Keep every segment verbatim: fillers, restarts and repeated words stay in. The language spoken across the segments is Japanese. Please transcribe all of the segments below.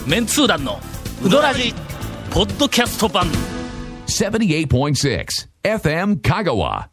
メンツー団のウドラジポッドキャスト版ななじゅうはちてんろく エフエム 香川。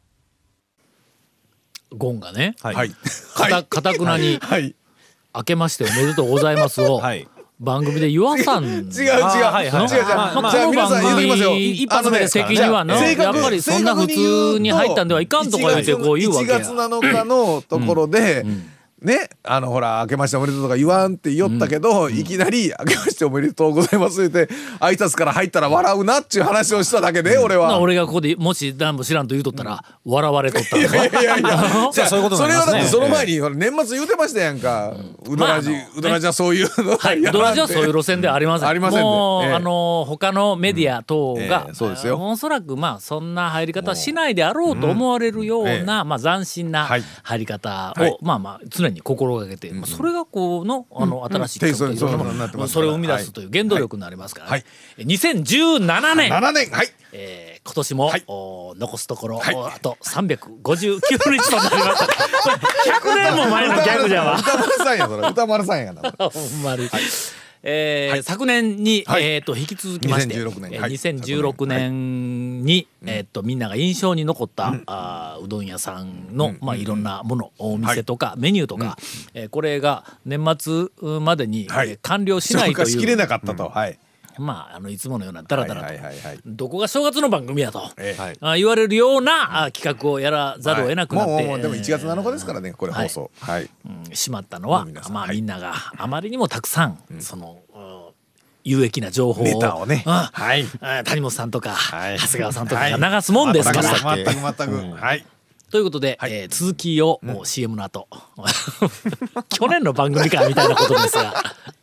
ゴンがね、 はいかたかたくなに、 はい明けましておめでとうございますを、 はい番組で言わさん。 違う違う違う違うのじゃあまあじゃあ皆さん言うときますよ。 一発目で責任はのあのねやっぱりそんな普通に入ったんではいかんとか言ってこう言うわけや。 いちがつなのかのところで、ね、あのほら明けましておめでとうとか言わんって言おったけど、うん、いきなり明けましておめでとうございますって挨拶から入ったら笑うなっちゅう話をしただけで、うん、俺は俺がここでもし何も知らんと言うとったら、うん、笑われとったんだ。いやいやいやじゃあそういうことなんですね。それはだってその前に、えー、年末言うてましたやんか、うん、うどらじ、まあ、うどらじはそういうの、 はい、うどらじはそういう路線ではありません、うん、ありませんで、もう、えー、あの他のメディア等が、うんえー、そうですよ。おそらくまあそんな入り方しないであろうと思われるような、うんえー、まあ斬新な入り方を、はい、まあまあ常に心がけて、うん、それがこうのあの新しい企画というのもそれを生み出すという原動力になりますからね、はいはい、にせんじゅうななねん、ななねん、はいえー、今年も、はい、残すところ、はい、あとさんびゃくごじゅうきゅうにちとなりましたひゃくねんも前のギャグじゃわ。 歌丸さんやそれ歌丸さんやがなほんまに、はいえーはい、昨年に、はいえー、と引き続きましてにせんじゅうろくねん、はい、にせんじゅうろくねんに、はいえー、とみんなが印象に残った、うん、あうどん屋さんの、うんまあ、いろんなもの、うん、お店とか、はい、メニューとか、うんえー、これが年末までに、はいえー、完了しないというしきれなかったと、うんはいまあ、あのいつものようなダラダラと、はいはいはいはい、どこが正月の番組やと、えーあ言われるような、あ企画をやらざるを得なくなって、はい、もうもうでもいちがつなのかですからねこれ放送、はいはいうん、しまったのは、まあ、みんながあまりにもたくさん、うん、その有益な情報をネタをね、 はい、谷本さんとか、はい、長谷川さんとかが流すもんですから、 はい、全く全く、うん、はいということで、はいえー、続きを、うん、シーエム の後去年の番組かみたいなことですが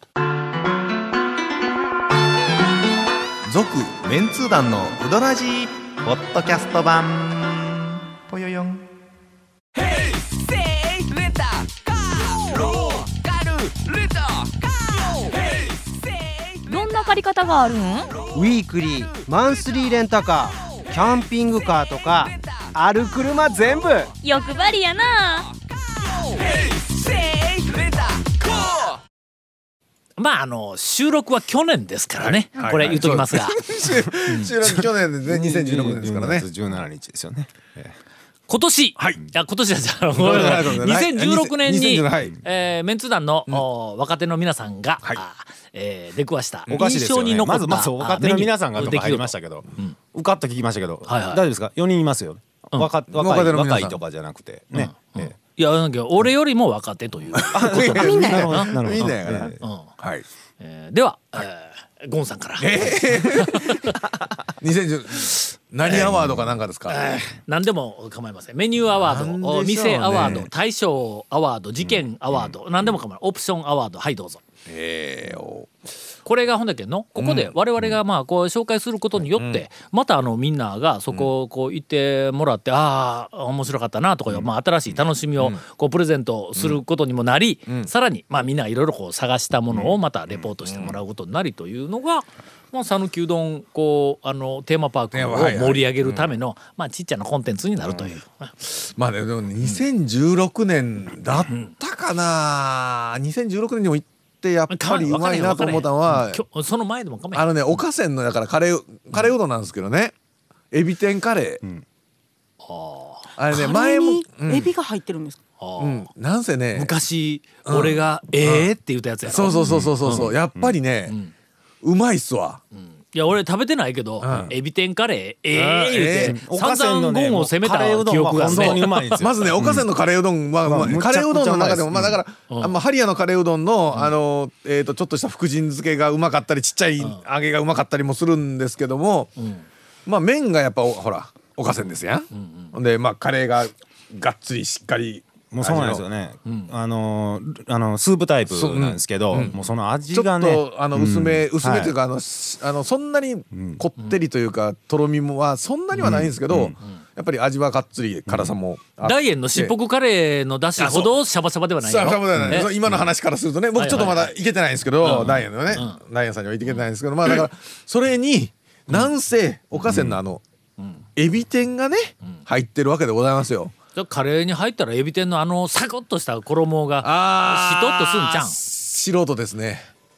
続メンツー団のウドラジーポッドキャスト版ぽよよん。 どんな借り方があるん？ウィークリー、マンスリーレンタカー、キャンピングカーとかある車全部欲張りやな。 まああの収録は去年ですからね、はい、これ言っときますが、はいはい、収録去年でねにせんじゅうろくねんですからねじゅうしちにちですよね、えー、 今年、はい、いや今年はじゃあにせんじゅうろくねんに、はいえー、メンツ団の、うん、若手の皆さんが、はいえー、出くわしたおかしいですよね、 印象に残ったまずまず若手の皆さんがとか入りましたけど、うん、うかっと聞きましたけど、はいはい、大丈夫ですか？よにんいますよ、うん、若, 若, い若いとかじゃなくてね、うんうんえー、 いやなんか俺よりも若手というみんなやなみんなやから、うんはいえー、では、はいえー、ゴンさんから、えー、にせんじゅう何アワードかなんかですか？ えー、何でも構いません。メニューアワード、ね、店アワード、大賞アワード、事件アワード、うん、何でも構いません。オプションアワード、はいどうぞ。えー、これがほんだけのここで我々がまあこう紹介することによって、またあのみんながそこをこう言ってもらって、ああ面白かったなとか、まあ新しい楽しみをこうプレゼントすることにもなり、さらにまあみんないろいろこう探したものをまたレポートしてもらうことになりというのが、まあ讃岐うどんこうあのテーマパークを盛り上げるためのまあちっちゃなコンテンツになるという。 まあでもにせんじゅうろくねんだったかな。にせんじゅうろくねんにも行ってやっぱりうまいなと思ったのは、 その前でもかめあのね岡線のだからカレーカレーうどんなんですけどね、エビ天カレー、うん、ああれね前もエビが入ってるんですか？ うん、なんせね昔、うん、俺がええって言ったやつやろ。 そうそうそうそうそう、うん、やっぱりね、うん、うまいっすわ、うん、いや俺食べてないけど、うん、エビ天カレーええー、言うて散々ゴンを攻めた記憶がねまずね岡線のカレーうどんは、まあ、カレーうどんの中でもまあだから、うん、まあ、ハリヤのカレーうどんの、うん、あのえー、とちょっとした福神漬けがうまかったりちっちゃい揚げがうまかったりもするんですけども、うん、まあ麺がやっぱほら岡線ですやん、うんうん、でまあカレーががっつりしっかりもうそうなんですよね、うん、あのあのスープタイプなんですけど、うん、もうその味がねちょっとあの薄め、うん、薄めというか、はい、あのあのそんなにこってりというか、うん、とろみもはそんなにはないんですけど、うんうん、やっぱり味はがっつり辛さもあって、 大円のしっぽくカレーの出汁ほどシャバシャバではないよ。 シャバシャバではない、うん、今の話からするとね、僕ちょっとまだいけてないんですけど、はいはいはい、大円のね、うん、大円さんにはいけてないんですけど、まあだからそれになんせ岡線のあの、うん、エビ天がね、うん、入ってるわけでございますよ。 カレーに入ったらエビ天のあのサクッとした衣がしとっとすんちゃん。 素人ですね。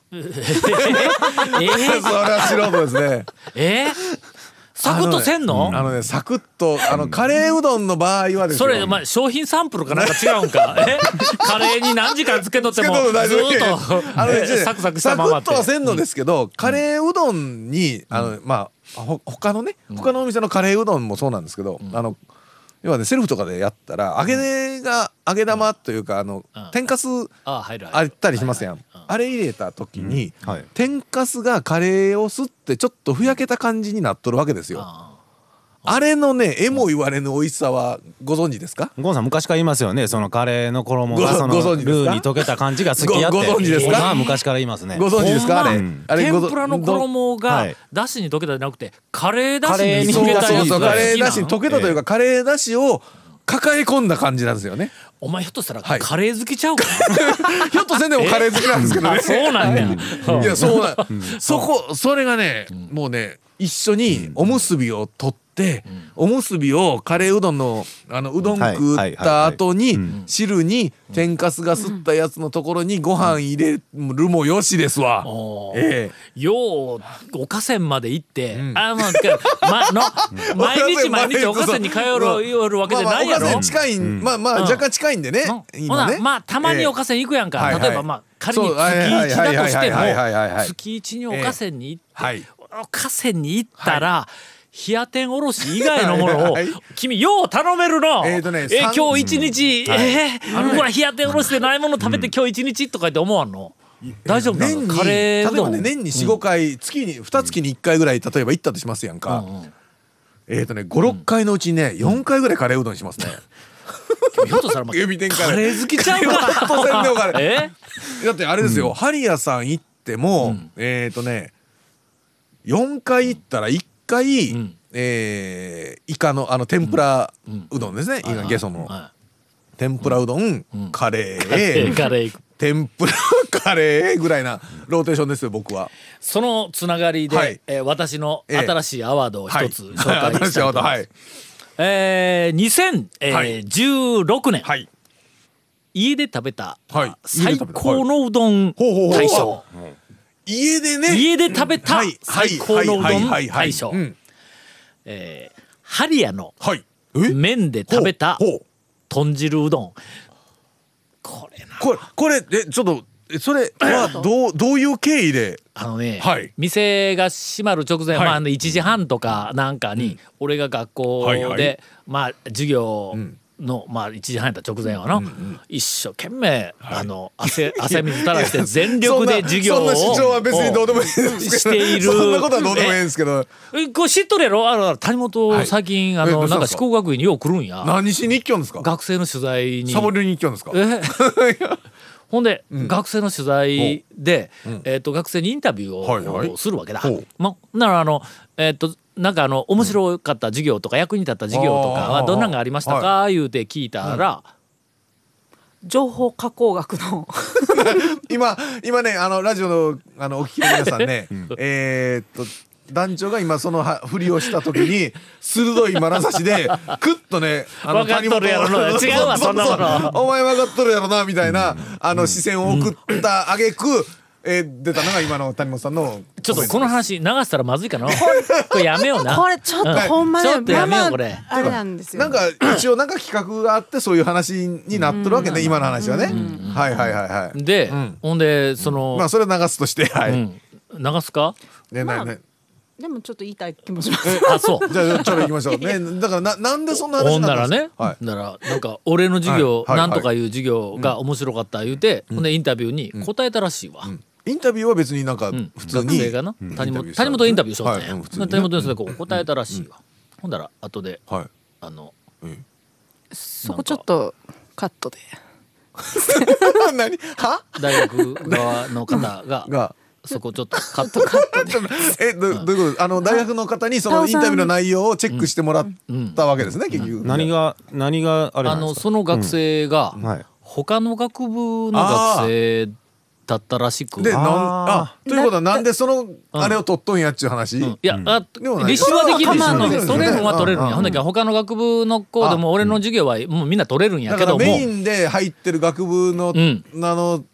えー、 それは素人ですね。 えー、サクッとせんの？ あのねサクッとあのカレーうどんの場合はですよ。 それ、まあ、商品サンプルかなんか違うんかえカレーに何時間つけとってもずーっとあの、ね、 サクサクしたままってサクッとはせんのですけど、うん、カレーうどんにあの、まあほ他のね他のお店のカレーうどんもそうなんですけど、うん、あの要はねセルフとかでやったら揚げが揚げ玉というかあの、うん、天かすあったりしますやん、はいはい、あれ入れた時に、うんはい、天かすがカレーを吸ってちょっとふやけた感じになっとるわけですよ。ああれのねえも言われぬ美味しさはご存知ですか？ ゴンさん昔から言いますよね、そのカレーの衣がそのルーに溶けた感じが好きやって。 ご存知ですか？ まあ昔から言いますね。 ご存知ですか？あれ、うん、 あれ天ぷらの衣がだしに溶けたじゃなくてカレーだしに溶けたやつが好きなの？そうそうそう、 カレーだしに溶けたというか、えー、カレーだしを抱え込んだ感じなんですよね。 お前ひょっとしたらカレー好きちゃうかな？ ひょっとせんでもカレー好きなんですけどね。 そうなんや。 いやそうなん。そこそれがね、もうね一緒におむすびを取って。でおむすびをカレーうどんのあのうどん食った後に汁に天かすが吸ったやつのところにご飯入れるもよしですわ。 ええ、ようおかせんまで行って、うん、あまあ、まの毎日毎日おかせんに通るわけじゃないやろ。 まあ、おかせん近い、うん、まあまあ若干近いんでね、 うん、今ね、まあたまにおかせん行くやんか、えー、例えばまあ仮に月一だとしても月一におかせんに行って、えーはい、おかせんに行ったら、はい、冷や天おろし以外のものを君よう頼めるの。えーとね、えー、今日一日、うん、えー、はい、ほら冷や天おろしでないもの食べて、うん、今日一日とかって思わんの？大丈夫なの？カレーうどん、 例えばね年に よん,ご 回、うん、月ににがつにいっかいぐらい例えば行ったとしますやんか、うんうん、えーとねご、ろっかいのうちねよんかいぐらいカレーうどんしますね。 ひょっとしたら、まあ、カレー好きちゃうかえだってあれですよ、うん、ハリヤさん行っても、うん、えーとねよんかい行ったらいっかい、うん、えー、イカのあの天ぷらうどんですね、うん、ゲソの、はいはい、天ぷらうどん、うん、カレー、 カレー天ぷらカレーぐらいなローテーションですよ僕は。 そのつながりで、はい、えー、私の新しいアワードを一つ紹介したいと思います。えー、にせんじゅうろくねん、はい、家で食べた、はい、最高のうどん大賞、 家でね家で食べた最高のうどん大賞、ハリヤの麺で食べた豚汁うどん。これなこれこれえちょっとそれはどうどういう経緯で？ あのね、はい、店が閉まる直前、はい、まあいちじはんとかなんかに、うん、俺が学校で、はいはい、まあ授業の、うん、まあいちじはんやった直前はの、うんうん、一生懸命、はい、あの汗汗水垂らして全力で授業をそんな主張は別にどうでもいいですけどしている。 そんなことはどうでもいいんですけど、 えこれ知っとるやろ？あの谷本最近、はい、あのなんか四国学院によう来るんや。 何しに行きよんですか？ 学生の取材にサボりに行きよんですか？ えほんで、うん、学生の取材で、うん、えー、と学生にインタビューを、はいはい、するわけだ。ま、ならあの、えー、となんかあの面白かった授業とか、うん、役に立った授業とかはどんなんがありましたか、はい、言うて聞いたら、 うん、情報加工学の今今ねあのラジオのあのお聞きの皆さんね、うん、えー、っと団長が今そのふりをした時に鋭い眼差しでクッとねあの分かっとるやろな違うわそんなものお前分かっとるやろなみたいな、うん、あの視線を送った挙句、えー、出たのが今の谷本さんのちょっとこの話流したらまずいかなこれやめようなこれちょっとほんまに、 うん、ちょっとやめようこれあれなんですよなんか一応なんか企画があってそういう話になっとるわけね、うん、今の話はね、うん、はいはいはいはいで、うん、ほんでそのまあそれ流すとしてはい、うん、 流すかね、まあ、ねでもちょっと言いたい気もします。 あ、そうじゃあちょっと行きましょうね。だからななんでそんな話になったんですか？ ほんならね、ならなんか俺の授業、はいはいはい、なんとかいう授業が面白かった言うて、うん、ほんでインタビューに答えたらしいわ、うん、 インタビューは別になんか普通に、うん、 学生がな、うん、谷本谷本インタビューしようったんや、はい、谷本にそれこう答えたらしいわ、うん、ほんだら後で、はい、あの、 うん、そこちょっとカットで何は大学側の方ががそこちょっとカットカットでえ ど, どういうこと？あの大学の方にそのインタビューの内容をチェックしてもらったわけですね、うん、結局、うん、 何が何があれなんですか？ あのその学生が、うん、はい、他の学部の学生だったらしく、 でなんあということはなんでそのあれを取っとんやっちゅう話、うん、 いや、うん、あ立証はできるし取れるのは取れるんや、ほんだけ他の学部の子でも俺の授業はもうみんな取れるんやけども、 だからメインで入ってる学部の、うん、あの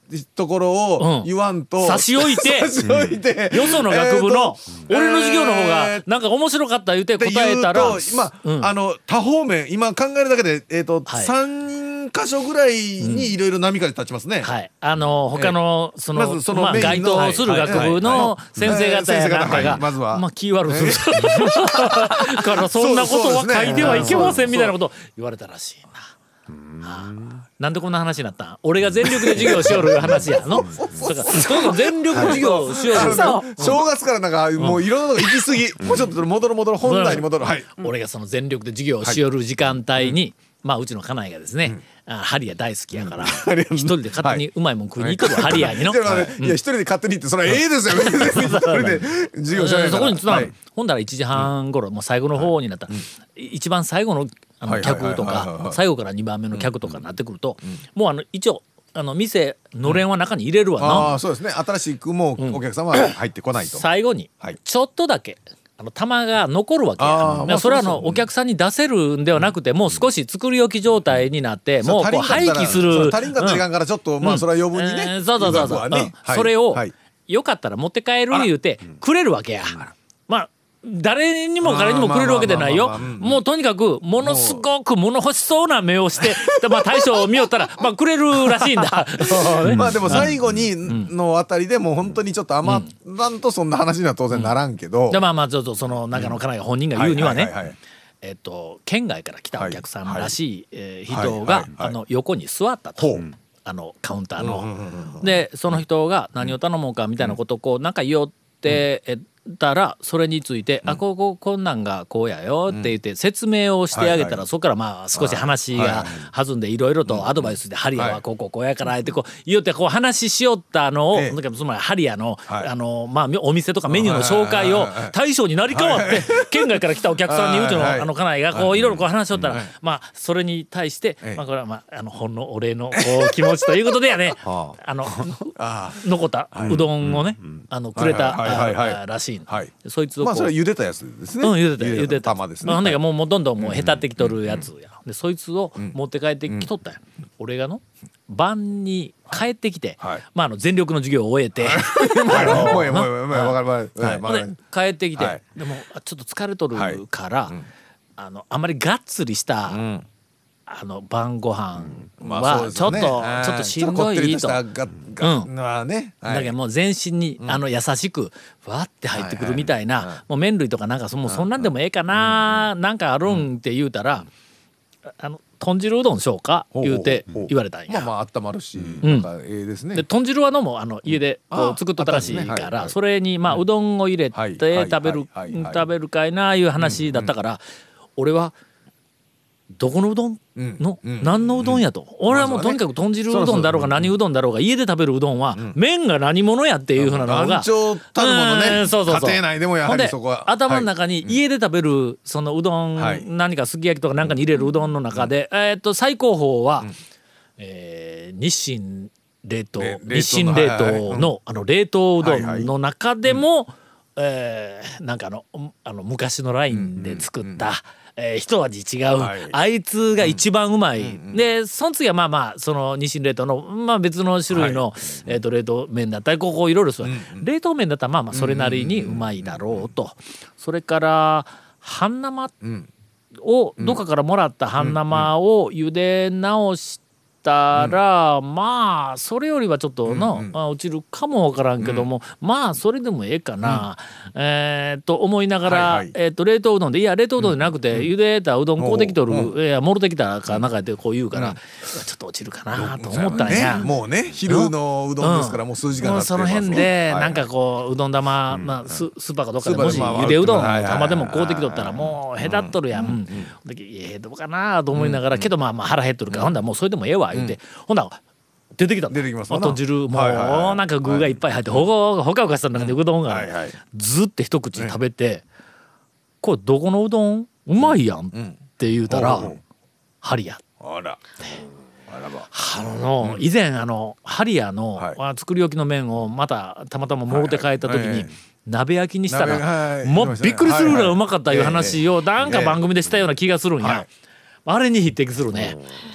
ところを言わんと、 うん、差し置いて差し置いて、 よその学部の、えー、俺の授業の方がなんか面白かった言うて答えたら、 まあ、うん、あの多方面今考えるだけで、えーとはい、さんにん箇所ぐらいにいろいろ波風立ちますね、 うん、はい、あの他のその、えーまずそのまあ、該当する学部の先生方やなんかがまずはまあ気悪するからそんなことは書いてはいけませんみたいなこと言われたらしいな。はあ、なんでこんな話になったん？俺が全力で授業しよる話やの。だからそういうの全力で授業しよる。 正月からなんかもういろんなのが行き過ぎ、うん、もうちょっと戻る戻る本題に戻る。はい。 俺がその全力で授業をしよる時間帯に、はい、まあうちの家内がですね、うん、あハリア大好きやから、うん、一人で勝手にうまいもん食いに行くとハリアにの。 いや一人で勝手に行ってそれはええですよ。一人で授業しないから。 そこにつながる。ほんだらいちじはん頃もう最後の方になったら、一番最後のあの客とか最後からにばんめの客とかになってくると、もうあの一応あの店のれんは中に入れるわな、うん、 あそうですね。新しくもうお客様は入ってこないと、 うん、最後にちょっとだけあの玉が残るわけや。まあそれはあのお客さんに出せるんではなくて、もう少し作り置き状態になって、もうこう廃棄する、 足りんかったらいかんからちょっとまあそれは余分にね、 そうそうそうそう、それをよかったら持って帰る言うてくれるわけや。まあ誰にも彼にもくれるわけでないよ。もうとにかくものすごく物欲しそうな目をしてまあ大将を見よったらまあくれるらしいんだ。 まあでも最後にのあたりでもう本当にちょっと余らんとそんな話には当然ならんけど、 でまあまあちょっとその中の家内が本人が言うにはね、えっと県外から来たお客さんらしい人があの横に座ったと。あのカウンターのでその人が何を頼もうかみたいなことをこうなんか言おってえたら、それについて、うん、あこここんなんがこうやよって言って説明をしてあげたら、そこからまあ少し話が弾んでいろいろとアドバイスでハリアはこうこうこうやからってこう言ってこう話しよったのを、つまりハリアのあのまあお店とかメニューの紹介を大将になり変わって県外から来たお客さんにうちのあの家内がこういろいろこう話しよったら、まあそれに対してまあこれはまああのほんのお礼のこう気持ちということでやね、あの残ったうどんをねあのくれたらしい。はい、そいつをまあそれは茹でたやつですね。 うん茹でた茹でた玉ですね。 まあほんでもうもうどんどんもうへたってきとるやつや。でそいつを持って帰ってきとったよ。俺がの晩に帰ってきて、まああの全力の授業を終えて、 もうもうもうわかるわかる。 帰ってきて、でもちょっと疲れとるからあのあんまりがっつりしたあの晩ご飯はちょっとちょっとしんどいと。うんだけどもう全身にあの優しくわって入ってくるみたいな、もう麺類とかなんかそもうそんなんでもええかな、なんかあるんって言うたら、あの豚汁うどんしようか言うて言われたんや。 まあまあ温まるし、なんかええですね。 で豚汁はのもあの家でこう作っとったらしいから、それにまあうどんを入れて食べる食べるかいないう話だったから、俺はどこのうどんの、うん、何のうどんやと、うん、俺はもうとにかく豚汁うどんだろうが何うどんだろうが家で食べるうどんは麺が何者やっていうふうなのが団長たるものね、そうそうそう、家庭内でもやはりそこは頭の中に家で食べるそのうどん、はい、何かすき焼きとか何かに入れるうどんの中で、うん、えー、っと最高峰は、うん、えー、日清冷凍日清冷凍のあの冷凍うどんの中でも、えー、なんかあのあの昔のラインで作った、うんうんうん、えー、一味違う、はい、あいつが一番うまい、うんうん、でその次はまあまあその日清冷凍の、まあ、別の種類の、はい、えー、と冷凍麺だったりここいろいろする、うんうん、冷凍麺だったらまあまあそれなりにうまいだろうと、それから半生をどっかからもらった半生を茹で直してたら、うん、まあそれよりはちょっとの、うんうん、まあ、落ちるかもわからんけども、うん、まあそれでもええかな、うん、えー、と思いながら、はいはい、えー、と冷凍うどんでいや冷凍うどんじゃなくて、うん、茹でたうどんこうできとる、うん、いやもろてきたかなんかってこう言うから、うん、ちょっと落ちるかなと思ったんや、 ね、もうね昼のうどんですから、うん、もう数時間経ってます、 もうその辺で、はい、なんかこううどん玉、まあ、ス, スーパーかどっかでもし茹でうどんの玉でもこうできとったらもうへたっとるやん、うんうん、ええどうかなと思いながら、うん、けどまあまあ腹減っとるから、うん、ほんだらもうそれでもええわ言うて、うん、ほんだら出てきた出てきますわな。 豚汁もうなんか具がいっぱい入って、ほかほかほかした中でうどんがずって一口食べて、これどこのうどんうまいやんって言うたらハリア。あらあの以前あのハリアの作り置きの麺をまたたまたま持って帰った時に鍋焼きにしたらもうびっくりするぐらいうまかったいう話をなんか番組でしたような気がするんや。あれに匹敵するね。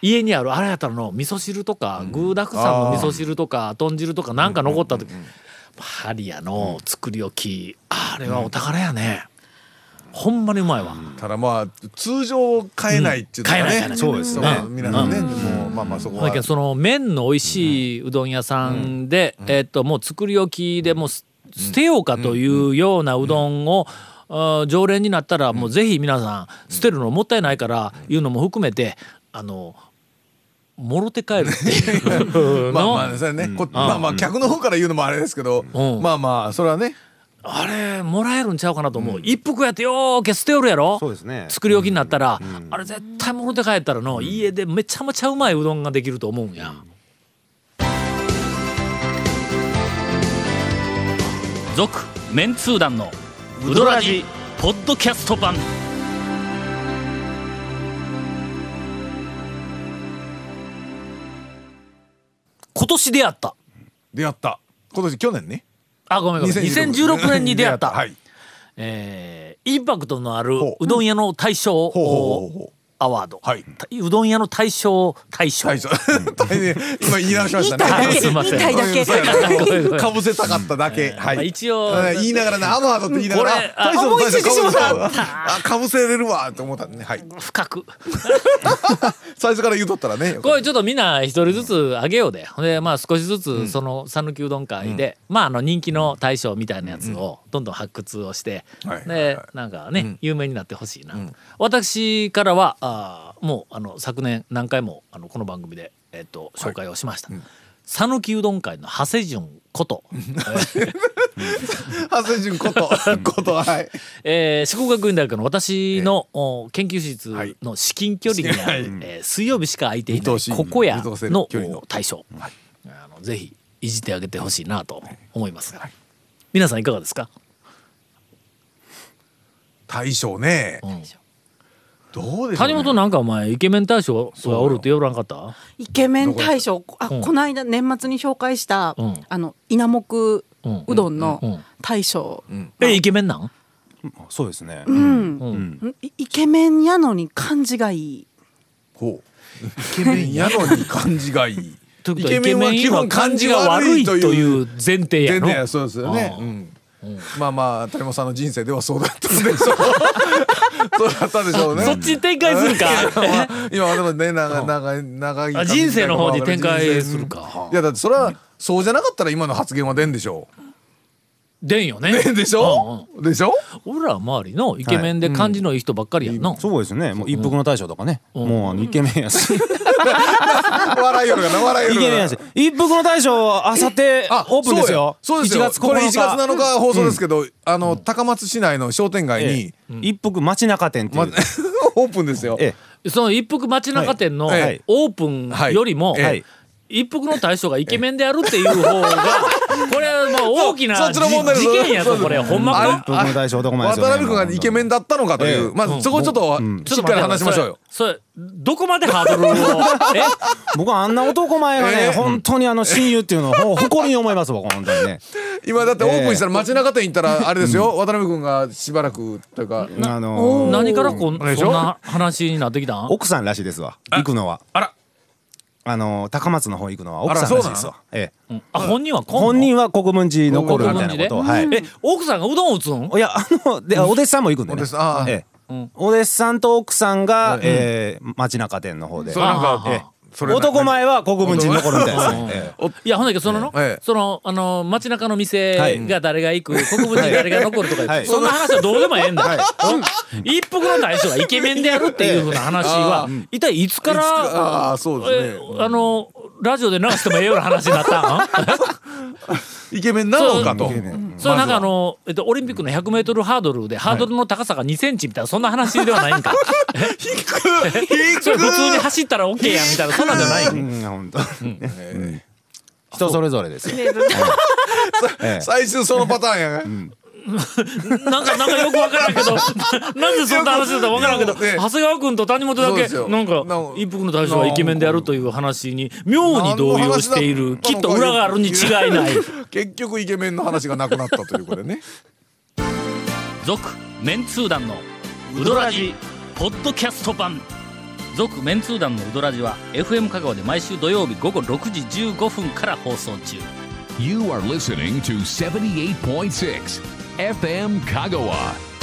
家にあるあれやったらの味噌汁とか、うん、具だくさんの味噌汁とか豚汁とかなんか残った時、うんうんうん、ハリアの作り置き、あれはお宝やね、うん、ほんまにうまいわ。 ただまあ通常買えないっていうのはね、うん、買えないからね、そうですね、皆さんね、うん、もうまあまあそこはだけどその麺の美味しいうどん屋さんで、うんうん、えー、っともう作り置きでもう捨てようかというようなうどんを、うん、常連になったらもうぜひ皆さん捨てるのもったいないからいうのも含めて、あのもろて帰るっていうまあまあそれね、うん、まあまあ客の方から言うのもあれですけど、うん、まあまあそれはね、 あれもらえるんちゃうかなと思う、うん、一服やってよーけ捨てよるやろ。 そうですね、 作り置きになったら、うん、あれ絶対もろて帰ったらの、うん、家でめちゃめちゃうまいうどんができると思うんや。続メンツー団のウドラジポッドキャスト版。今年出会った出会った今年去年ね、 あごめんごめんにせんじゅうろくねんに出会った、はい、えー、インパクトのあるうどん屋の大賞アワード、はい、うどん屋の大賞大賞今言い直しましたね。 言いたいだけ、言いたいだけかぶせたかっただけ、はい、 まあ、一応言いながらね、アワードって言いながら大賞の大賞かぶせれるわと思ったね、はい、 深く最初から言うとったらね、 これちょっとみんな一人ずつあげようで、ほんでまあ少しずつその讃岐うどん会で、うん、まああの人気の大賞みたいなやつをどんどん発掘をして、うん、でなんかね、うん、有名になってほしいな、うん、私からはあもうあの昨年何回もあのこの番組で、えー、と紹介をしました讃岐、はい、うん、うどん会の長谷淳こと長谷淳ことことはい、 えー、四国学院大学の私の、えー、研究室の至近距離にある、はい、えー、水曜日しか空いていないここやの大賞、はい、あのぜひいじってあげてほしいなと思います、はい、皆さんいかがですか。 大賞ね、うん、どうでしょうね、 谷本なんかお前イケメン大賞がおるって言わなかった。 イケメン大賞、あ、うん、この間年末に紹介した、うん、あの稲目うどんの大賞、 うんうんうん、えイケメンなん。 そうですね、 うんうんうん、イケメンやのに感じがいい。 ほう、イケメンやのに感じがいいイケメンは基本感じが悪いという前提やの。 前提や、そうですよね、うんうん、まあまあ谷本さんの人生ではそうだったんでしょうそうだったでしょうね。 そっち展開するか今でもね、長い長い長い人生の方に展開するか。 いやだってそれはそうじゃなかったら今の発言は出んでしょう。 出んよね。 出んでしょ、うんうん、でしょ。 俺ら周りのイケメンで感じのいい人ばっかりやんな、はい、うん、 そうですね。もう一服の大将とかね、うん、もうあのイケメンやし笑いよるかな、笑いよるかな、イケメンやし。 一服の大将あさってオープンですよ。 そうですよ、これいちがつなのか放送ですけど、うん、あの高松市内の商店街に、ええ、 うん、一服街中店っていう、ま、 オープンですよ、ええ、その一服街中店のオープンよりも、はいはいはい、一服の大将がイケメンであるっていう方がこれはもう大きな事件やぞこれ。ほんまか。 一服の大将どこまで渡辺君がイケメンだったのかという、まずそこちょっとしっかり話しましょうよ。 それどこまでハードルをえ僕はあんな男前がね、本当にあの親友っていうのを誇りに思います僕本当にね。 今だってオープンしたら街中店行ったらあれですよ、渡辺君がしばらくというか、 あの何からこんそんな話になってきたん。 奥さんらしいですわ、行くのは。あら、あの高松の方行くのは奥さんらしいですわ。ええ、 あ、本人は本人は国分寺残るみたいなことを、はい。 え、奥さんがうどんを打つん？ いや、あのでお弟子さんも行くんでね。ええ、うん、お弟子さんと奥さんが、うん、えー、街中店の方で。 それなんか、 ええ、男前は国分寺に残るみたいですね。ええ、 いやほんだけどそのの、ええ、そのあの街中の店が誰が行く、はい、国分寺に誰が残るとか、はい、そんな話はどうでもええんだ。はい、一服の大将がイケメンであるっていうふうな話は、ええ、一体いつから、 あ、そうですね、 えあのラジオで流してもええような話になったんイケメンなのかと。 それなんかあの、えっと、オリンピックのひゃくメートルハードルでハードルの高さがにセンチみたいなそんな話ではないんか。 低く低くそれ普通に走ったら OK やみたいなそんなんじゃないん。 うん、本当、うん、えー、人それぞれですよ。 最終そのパターンやね、うん、 なんかなんかよくわからんけどなんでそんな話だったかわからんけど、ね、長谷川君と谷本だけなんか一服の大将はイケメンであるという話に妙に動揺している。きっと裏があるに違いない。 結局イケメンの話がなくなったということでね。 続メンツー団のウドラジポッドキャスト版。 続メンツー団のウドラジは エフエム 香川で毎週土曜日午後ろくじじゅうごふんから放送中。 You are listening to seventy-eight point six エフエム 香川。